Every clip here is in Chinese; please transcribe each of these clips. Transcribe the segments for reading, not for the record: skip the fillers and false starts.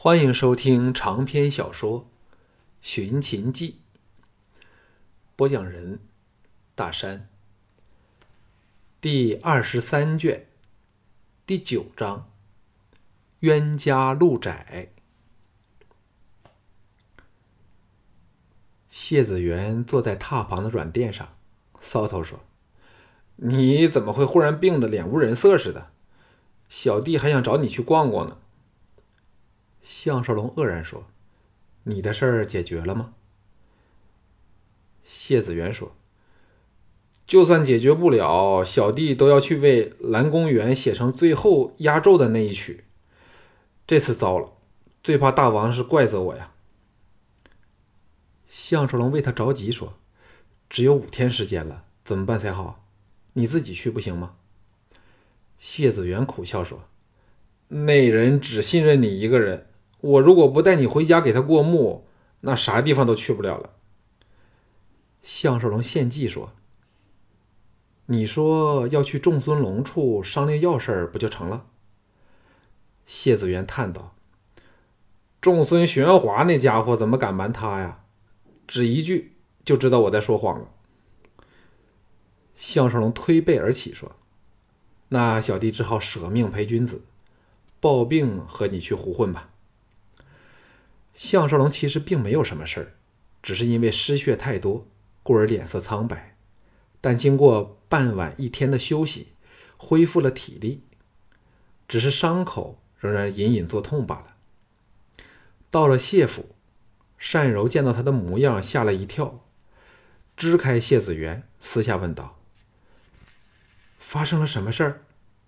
欢迎收听长篇小说《寻秦记》，播讲人大山，第23卷，第9章，冤家路窄。谢子元坐在榻旁的软垫上，搔头说：“你怎么会忽然病得脸无人色似的？小弟还想找你去逛逛呢。”项少龙愕然说：“你的事儿解决了吗？”谢子元说：“就算解决不了，小弟都要去为蓝公园写成最后压轴的那一曲。这次糟了，最怕大王是怪责我呀。”项少龙为他着急说：“只有5天时间了，怎么办才好？你自己去不行吗？”谢子元苦笑说：“那人只信任你一个人，我如果不带你回家给他过目，那啥地方都去不了了。”项少龙献计说：“你说要去仲孙龙处商量要事不就成了？”谢子元叹道：“仲孙玄华那家伙怎么敢瞒他呀？只一句就知道我在说谎了。”项少龙推背而起说：“那小弟只好舍命陪君子，抱病和你去胡混吧。”项少龙其实并没有什么事儿，只是因为失血太多，故而脸色苍白，但经过傍晚1天的休息，恢复了体力，只是伤口仍然隐隐作痛罢了。到了谢府，单柔见到他的模样吓了一跳，支开谢子元，私下问道：“发生了什么事儿？”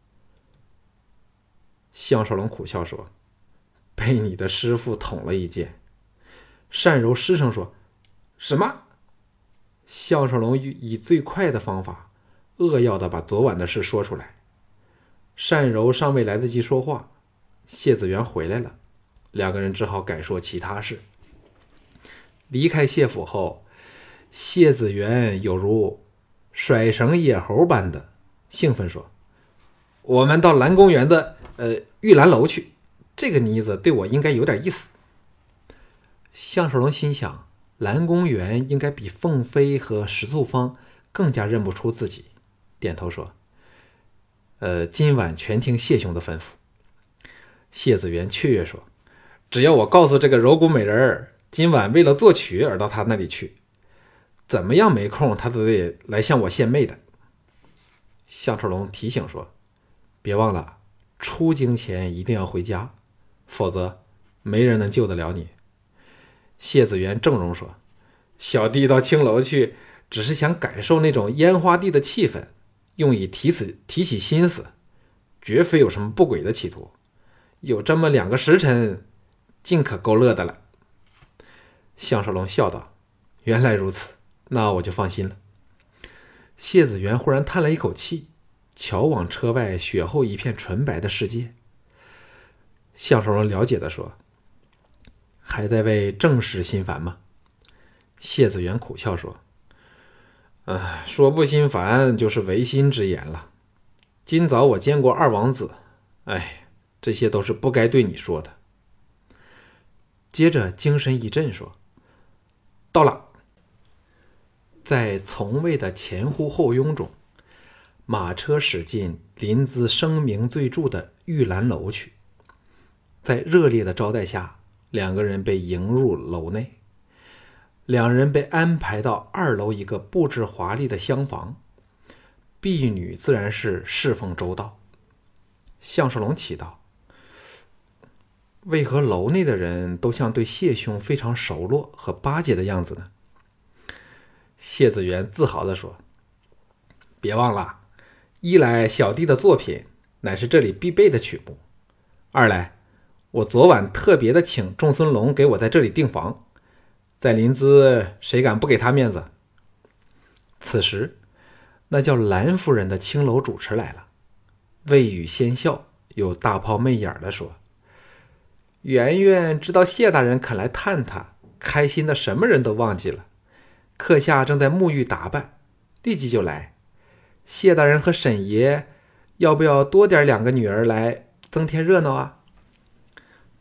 项少龙苦笑说：“被你的师父捅了一剑。”单柔失声说：“什么？”项少龙以最快的方法扼要地把昨晚的事说出来。单柔尚未来得及说话，谢子元回来了，两个人只好改说其他事。离开谢府后，谢子元有如甩绳野猴般的兴奋说：“我们到蓝公园的玉兰楼去，这个妮子对我应该有点意思。”项少龙心想，蓝公园应该比凤飞和石素芳更加认不出自己，点头说：“今晚全听谢兄的吩咐。”谢子元雀跃说：“只要我告诉这个柔骨美人儿，今晚为了作曲而到他那里去，怎么样没空他都得来向我献媚的。”项少龙提醒说：“别忘了出京前一定要回家，否则没人能救得了你。”谢子元正容说：“小弟到青楼去，只是想感受那种烟花地的气氛，用以提起心思，绝非有什么不轨的企图。有这么2个时辰，尽可勾勒的了。”项少龙笑道：“原来如此，那我就放心了。”谢子元忽然叹了一口气，瞧往车外雪后一片纯白的世界。项少龙了解地说：“还在为正事心烦吗？”谢子元苦笑说：“说不心烦就是违心之言了。今早我见过二王子，这些都是不该对你说的。”接着精神一振说：“到了。”在从卫的前呼后拥中，马车驶进临淄声名最著的玉兰楼去。在热烈的招待下，2个人被迎入楼内。2人被安排到2楼一个布置华丽的厢房，婢女自然是侍奉周到。项少龙奇道：“为何楼内的人都像对谢兄非常熟络和巴结的样子呢？”谢子元自豪地说：“别忘了，一来小弟的作品乃是这里必备的曲目，二来我昨晚特别的请仲孙龙给我在这里订房，在临淄谁敢不给他面子？”此时那叫蓝夫人的青楼主持来了，未语先笑，又大抛媚眼地说：“圆圆知道谢大人肯来探他，开心的什么人都忘记了。客下正在沐浴打扮，立即就来。谢大人和沈爷要不要多点2个女儿来增添热闹啊？”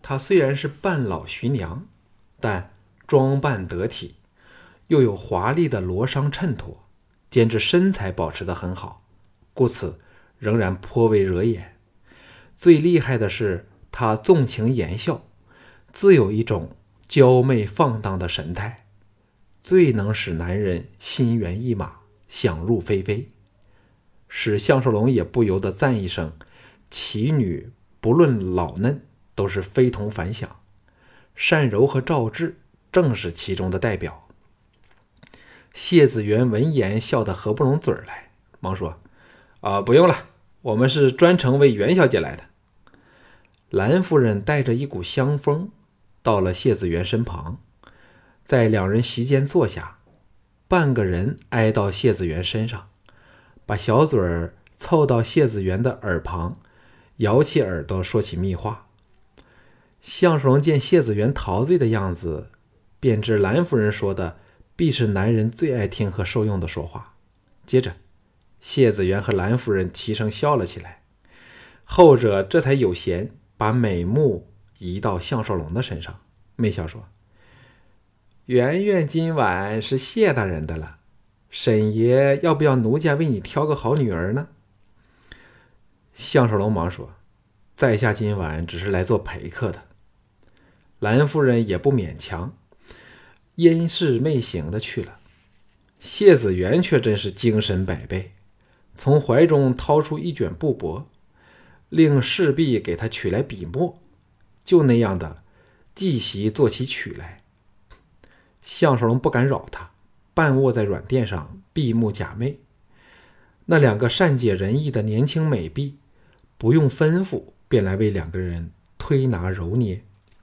她虽然是半老徐娘，但装扮得体，又有华丽的罗裳衬托，兼之身材保持得很好，故此仍然颇为惹眼。最厉害的是她纵情言笑，自有一种娇媚放荡的神态，最能使男人心猿意马，想入非非，使项少龙也不由得赞一声：其女不论老嫩，都是非同凡响。单柔和赵志正是其中的代表。谢子元闻言笑得合不拢嘴来，忙说：不用了，我们是专程为袁小姐来的。兰夫人带着一股香风到了谢子元身旁，在两人席间坐下，半个人挨到谢子元身上，把小嘴儿凑到谢子元的耳旁，摇起耳朵说起密话。项少龙见谢子元陶醉的样子，便知兰夫人说的必是男人最爱听和受用的说话。接着谢子元和兰夫人齐声笑了起来，后者这才有闲把美目移到项少龙的身上，媚笑说：圆圆今晚是谢大人的了，沈爷要不要奴家为你挑个好女儿呢？项少龙忙说：在下今晚只是来做陪客的。兰夫人也不勉强，因势媚行的去了。谢子元却真是精神百倍，从怀中掏出一卷布帛，令侍婢给他取来笔墨，就那样的即席做起曲来。项少龙不敢扰他，半卧在软垫上闭目假寐。那两个善解人意的年轻美婢不用吩咐便来为两个人推拿揉捏。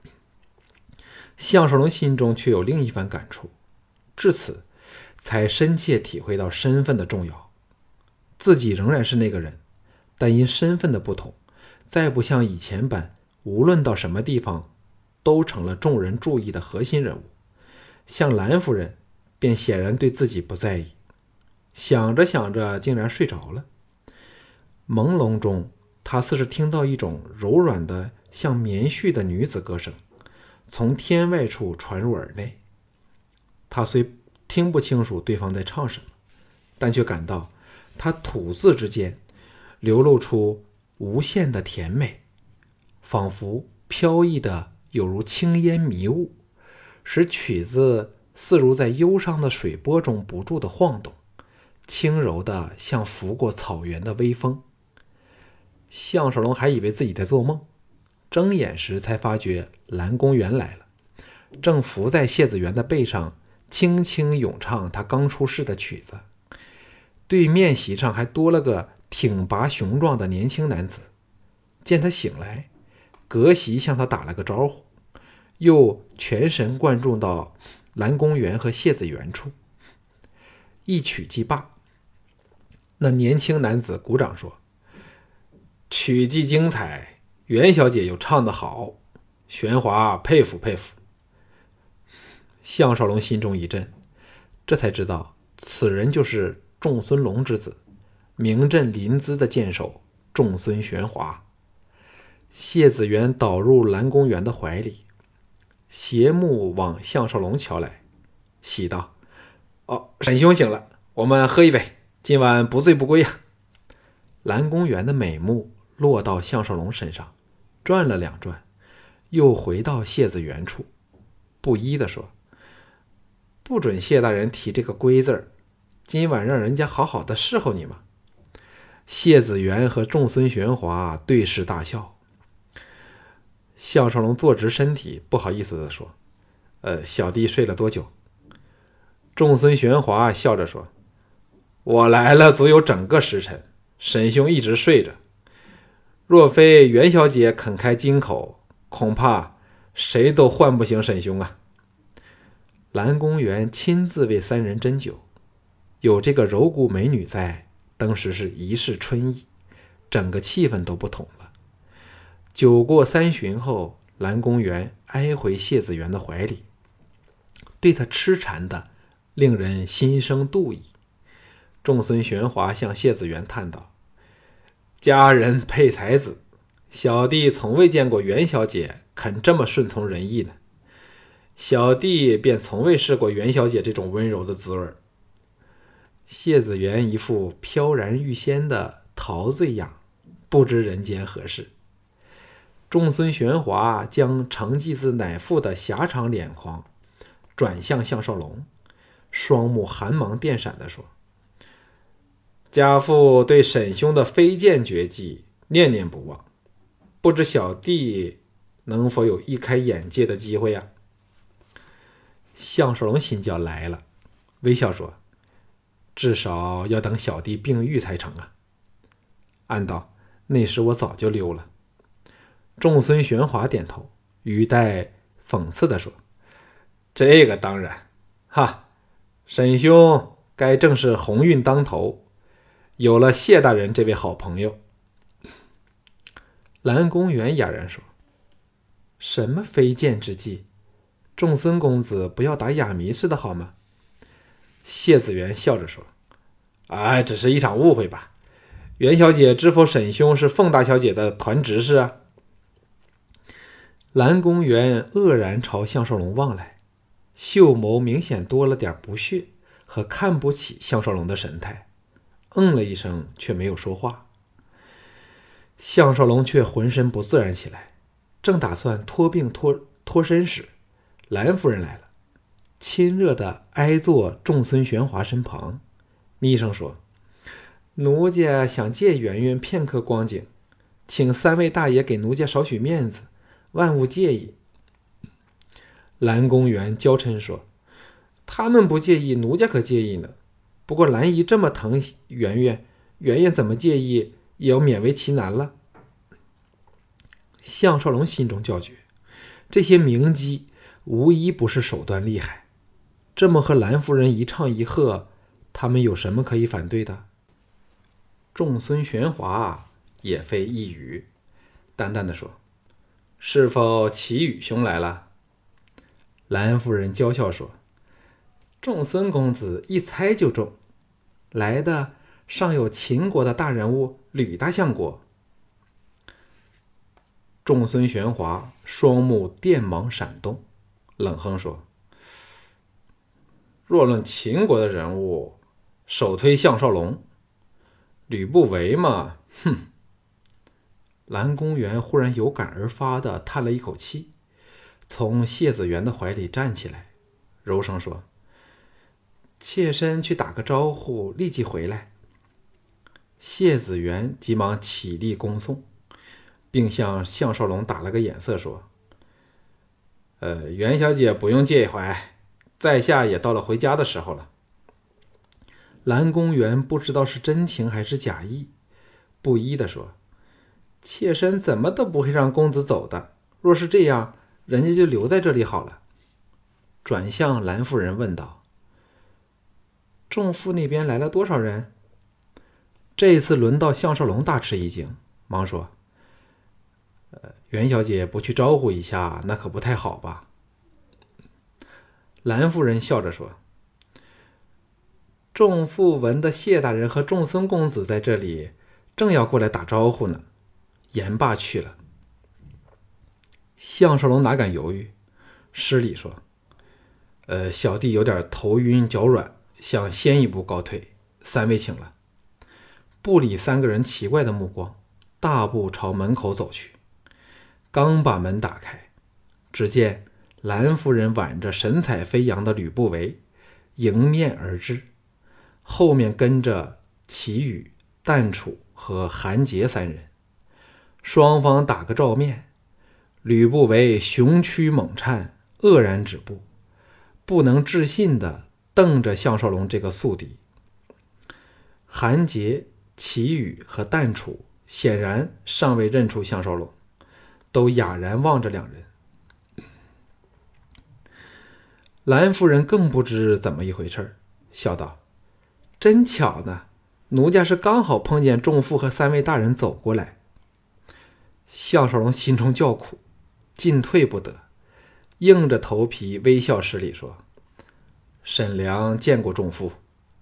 项少龙心中却有另一番感触，至此才深切体会到身份的重要。自己仍然是那个人，但因身份的不同，再不像以前般无论到什么地方都成了众人注意的核心人物。像兰夫人便显然对自己不在意，想着想着竟然睡着了。朦胧中他似是听到一种柔软的像棉絮的女子歌声从天外处传入耳内。他虽听不清楚对方在唱什么，但却感到他吐字之间流露出无限的甜美，仿佛飘逸的有如轻烟迷雾，使曲子似如在忧伤的水波中不住的晃动，轻柔的像拂过草原的微风。项少龙还以为自己在做梦，睁眼时才发觉蓝公园来了，正伏在谢子元的背上轻轻咏唱他刚出世的曲子。对面席上还多了个挺拔雄壮的年轻男子，见他醒来，隔席向他打了个招呼，又全神贯注到蓝公园和谢子元处。一曲既罢，那年轻男子鼓掌说：曲技精彩，袁小姐又唱得好，玄华佩服佩服。项少龙心中一震，这才知道此人就是仲孙龙之子，名震临淄的剑手仲孙玄华。谢子元倒入蓝公园的怀里，斜目往项少龙瞧来，喜道：沈兄醒了，我们喝一杯，今晚不醉不归啊。蓝公园的美目落到项少龙身上，转了两转，又回到谢子元处，不依地说：不准谢大人提这个归字儿，今晚让人家好好的侍候你嘛。谢子元和仲孙玄华对视大笑。项少龙坐直身体，不好意思地说：小弟睡了多久？仲孙玄华笑着说：我来了足有整个时辰，沈兄一直睡着，若非袁小姐肯开金口，恐怕谁都唤不醒沈兄啊。蓝公园亲自为三人斟酒，有这个柔骨美女在，当时是一世春意，整个气氛都不同了。酒过三巡后，蓝公园挨回谢子元的怀里，对他痴缠的令人心生妒意。仲孙玄华向谢子元叹道：佳人配才子，小弟从未见过袁小姐肯这么顺从人意呢？小弟便从未试过袁小姐这种温柔的滋味。谢子元一副飘然欲仙的陶醉样，不知人间何事。仲孙玄华将承继自乃父的狭长脸庞转向项少龙，双目寒芒电闪地说：家父对沈兄的飞剑绝技念念不忘，不知小弟能否有一开眼界的机会啊？项少龙心叫来了，微笑说：至少要等小弟病愈才成啊。暗道那时我早就溜了。仲孙玄华点头，语带讽刺地说：这个当然，哈，沈兄该正是鸿运当头，有了谢大人这位好朋友。蓝公园哑然说：什么飞剑之计？仲孙公子不要打哑谜似的好吗？谢子元笑着说：只是一场误会吧。袁小姐知否沈兄是凤大小姐的团执事啊？蓝公园愕然朝项少龙望来，秀眸明显多了点不屑和看不起项少龙的神态，了一声却没有说话。项少龙却浑身不自然起来，正打算脱病脱身时，蓝夫人来了，亲热地挨坐仲孙玄华身旁，昵声说：奴家想借圆圆片刻光景，请三位大爷给奴家少许面子，万勿介意。蓝公园娇嗔说：他们不介意，奴家可介意呢。不过蓝姨这么疼圆圆，圆圆怎么介意也要勉为其难了。项少龙心中叫绝，这些名妓无一不是手段厉害，这么和蓝夫人一唱一和，他们有什么可以反对的？仲孙玄华也非一语，淡淡的说：是否祁宇兄来了？蓝夫人娇笑说：仲孙公子一猜就中，来的尚有秦国的大人物吕大相国。仲孙玄华双目电芒闪动，冷哼说：若论秦国的人物，首推项少龙，吕不韦嘛，哼。蓝公园忽然有感而发地叹了一口气，从谢子元的怀里站起来，柔声说：妾身去打个招呼，立即回来。谢子元急忙起立恭送，并向项少龙打了个眼色说：袁小姐不用介怀，在下也到了回家的时候了。蓝公园不知道是真情还是假意，不依地说：妾身怎么都不会让公子走的，若是这样，人家就留在这里好了。转向蓝夫人问道：仲父那边来了多少人？这一次轮到项少龙大吃一惊，忙说：袁小姐不去招呼一下，那可不太好吧？蓝夫人笑着说：仲父闻的谢大人和仲孙公子在这里，正要过来打招呼呢。言罢去了。项少龙哪敢犹豫，施礼说：小弟有点头晕脚软，想先一步告退，三位请了。不理三个人奇怪的目光，大步朝门口走去。刚把门打开，只见蓝夫人挽着神采飞扬的吕不韦迎面而至，后面跟着祁宇、淡楚和韩杰三人。双方打个照面，吕不韦雄躯猛颤，愕然止步，不能置信地瞪着项少龙这个宿敌。韩杰、祁宇和淡楚显然尚未认出项少龙，都哑然望着两人。蓝夫人更不知怎么一回事，笑道：真巧呢，奴家是刚好碰见仲父和三位大人走过来。项少龙心中叫苦，进退不得，硬着头皮微笑施礼说：沈良见过仲父。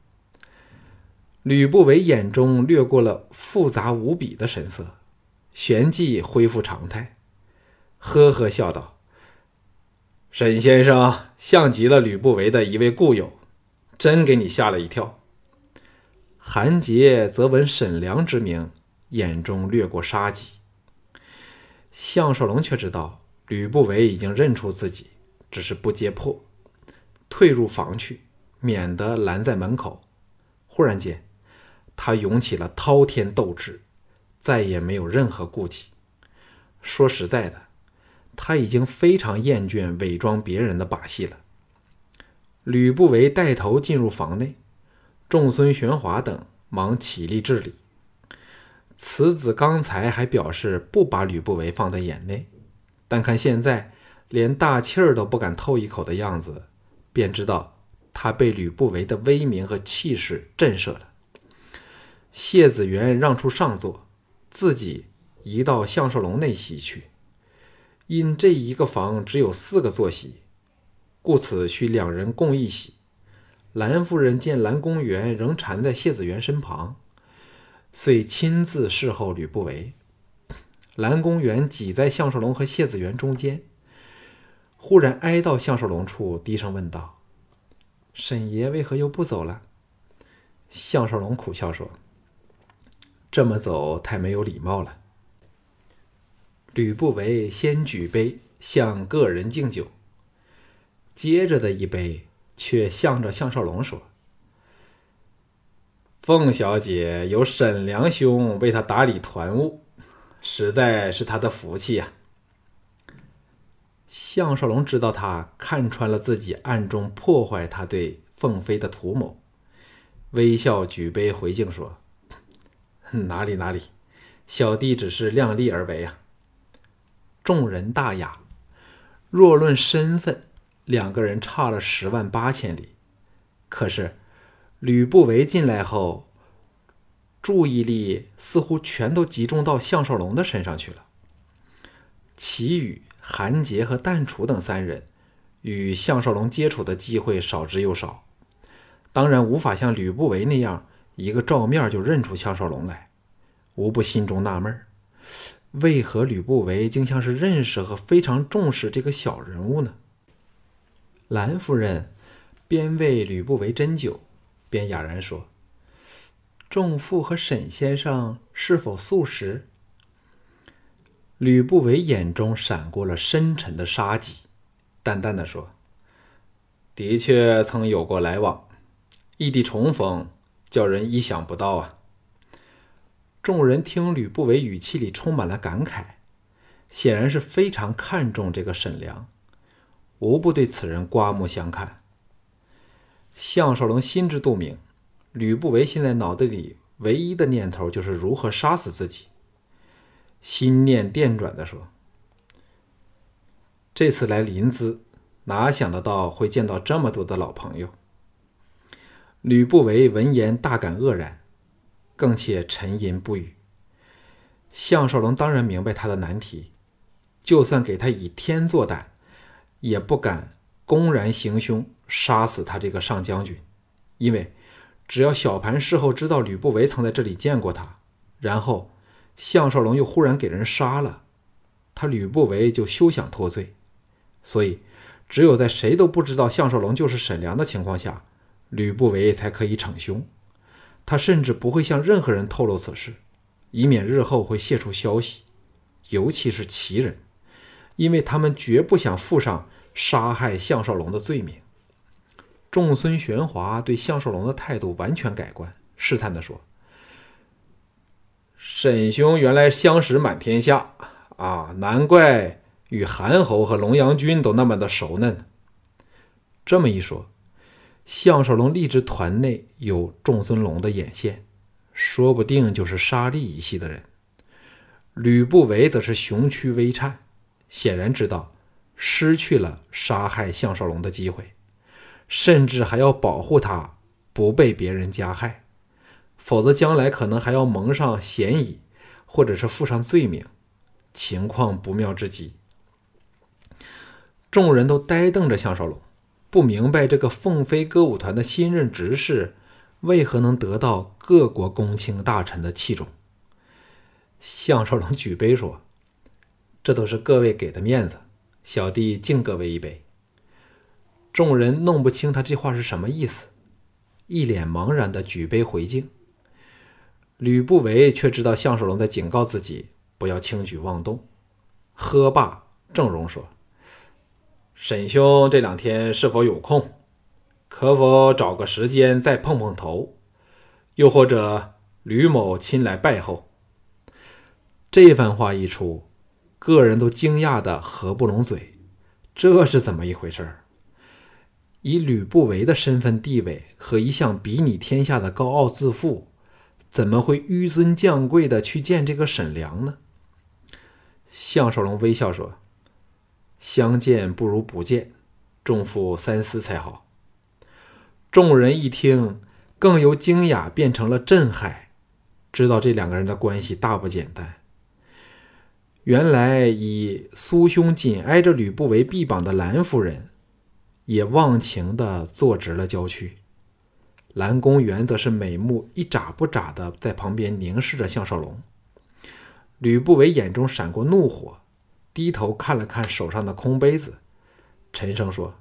吕不韦眼中掠过了复杂无比的神色，旋即恢复常态。 呵呵笑道：“沈先生像极了吕不韦的一位故友，真给你吓了一跳。”韩杰则闻沈良之名，眼中掠过杀机。项少龙却知道吕不韦已经认出自己，只是不揭破，退入房去，免得拦在门口。忽然间，他涌起了滔天斗志，再也没有任何顾忌。说实在的，他已经非常厌倦伪装别人的把戏了。吕不韦带头进入房内，仲孙玄华等忙起立致礼。此子刚才还表示不把吕不韦放在眼内，但看现在连大气儿都不敢透一口的样子，便知道他被吕不韦的威名和气势震慑了。谢子元让出上座，自己移到项少龙那席去。因这一个房只有4个坐席，故此需2人共一席。蓝夫人见蓝公园仍缠在谢子元身旁，遂亲自侍候吕不韦。蓝公园挤在项少龙和谢子元中间，忽然挨到项少龙处，低声问道：“沈爷为何又不走了？”项少龙苦笑说：“这么走太没有礼貌了。”吕不韦先举杯向个人敬酒，接着的一杯却向着项少龙说：“凤小姐有沈良兄为她打理团务，实在是她的福气呀。”项少龙知道他看穿了自己暗中破坏他对凤飞的图谋，微笑举杯回敬说：“哪里哪里，小弟只是量力而为啊。”众人大雅，若论身份，2个人差了10万8千里。可是吕不韦进来后，注意力似乎全都集中到项少龙的身上去了。齐宇、韩杰和淡楚等3人与项少龙接触的机会少之又少，当然无法像吕不韦那样一个照面就认出项少龙来，无不心中纳闷，为何吕不韦竟像是认识和非常重视这个小人物呢？蓝夫人边为吕不韦斟酒，边哑然说：“仲父和沈先生是否素食？”吕不韦眼中闪过了深沉的杀机，淡淡的说：“的确曾有过来往，异地重逢，叫人意想不到啊。”众人听吕不韦语气里充满了感慨，显然是非常看重这个沈良，无不对此人刮目相看。项少龙心知肚明，吕不韦现在脑袋里唯一的念头就是如何杀死自己，心念电转地说：“这次来临淄，哪想得到会见到这么多的老朋友。”吕不韦闻言大感愕然，更且沉吟不语。项少龙当然明白他的难题，就算给他以天作胆，也不敢公然行凶杀死他这个上将军，因为只要小盘事后知道吕不韦曾在这里见过他，然后项少龙又忽然给人杀了，他吕不韦就休想脱罪。所以只有在谁都不知道项少龙就是沈良的情况下，吕不韦才可以逞凶。他甚至不会向任何人透露此事，以免日后会泄出消息，尤其是齐人，因为他们绝不想负上杀害项少龙的罪名。仲孙玄华对项少龙的态度完全改观，试探地说：“沈兄原来相识满天下啊，难怪与韩侯和龙阳君都那么的熟嫩。”这么一说，项少龙立志团内有仲孙龙的眼线，说不定就是杀力一系的人。吕不韦则是雄躯微颤，显然知道失去了杀害项少龙的机会，甚至还要保护他不被别人加害，否则将来可能还要蒙上嫌疑，或者是负上罪名，情况不妙之极。众人都呆瞪着项少龙，不明白这个凤飞歌舞团的新任执事为何能得到各国公卿大臣的器重。项少龙举杯说：“ 这都是各位给的面子，小弟敬各位一杯。”众人弄不清他这话是什么意思，一脸茫然地举杯回敬。吕不韦却知道项少龙在警告自己不要轻举妄动。喝罢，郑荣说：“沈兄这2天是否有空？可否找个时间再碰碰头？又或者吕某亲来拜候？”这番话一出，个人都惊讶的合不拢嘴，这是怎么一回事？以吕不韦的身份地位和一向比拟天下的高傲自负，怎么会纡尊降贵的去见这个沈良呢？项少龙微笑说：“相见不如不见，众父三思才好。”众人一听，更由惊讶变成了震撼，知道这2个人的关系大不简单。原来以苏兄紧挨着吕不韦臂膀的蓝夫人也忘情地坐直了娇躯，蓝公园则是美目一眨不眨地在旁边凝视着项少龙。吕不韦眼中闪过怒火，低头看了看手上的空杯子，沉声说：“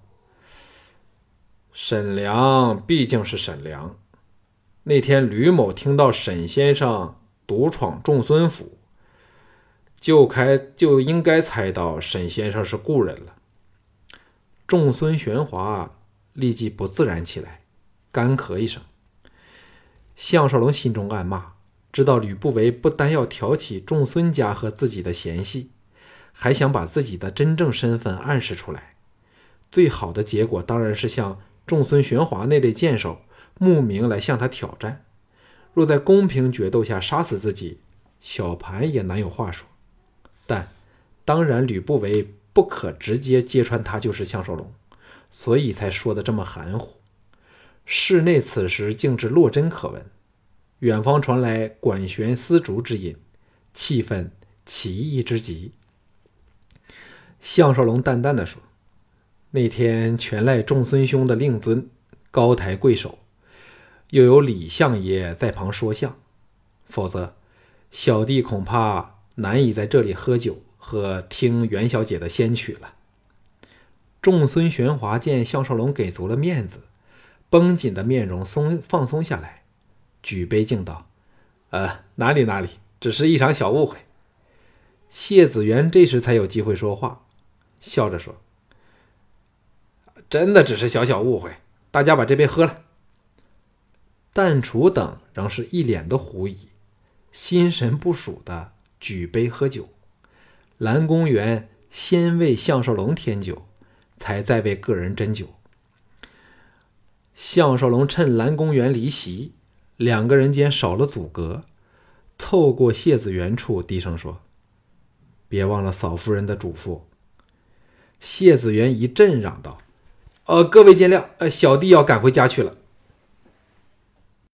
沈良毕竟是沈良，那天吕某听到沈先生独闯仲孙府，就应该猜到沈先生是故人了。”仲孙玄华立即不自然起来，干咳一声。项少龙心中暗骂，知道吕不韦不单要挑起仲孙家和自己的嫌隙，还想把自己的真正身份暗示出来。最好的结果当然是像仲孙玄华那类剑手慕名来向他挑战，若在公平决斗下杀死自己，小盘也难有话说。但当然吕不韦不可直接揭穿他就是项少龙，所以才说的这么含糊。室内此时静至落针可闻，远方传来管弦丝竹之音，气氛奇异之极。项少龙淡淡的说：“那天全赖仲孙兄的令尊高抬贵手，又有李相爷在旁说相，否则小弟恐怕难以在这里喝酒和听袁小姐的仙曲了。”仲孙玄华见项少龙给足了面子，绷紧的面容放松下来，举杯敬道：“哪里，只是一场小误会。”谢子元这时才有机会说话，笑着说：“真的只是小误会，大家把这杯喝了。”淡楚等仍是一脸的狐疑，心神不属的举杯喝酒。蓝公园先为项少龙添酒，才再为个人斟酒。项少龙趁蓝公园离席，2个人间少了阻隔，凑过谢子元处低声说：“别忘了嫂夫人的嘱咐。”谢子元一阵嚷道：“各位见谅，小弟要赶回家去了。”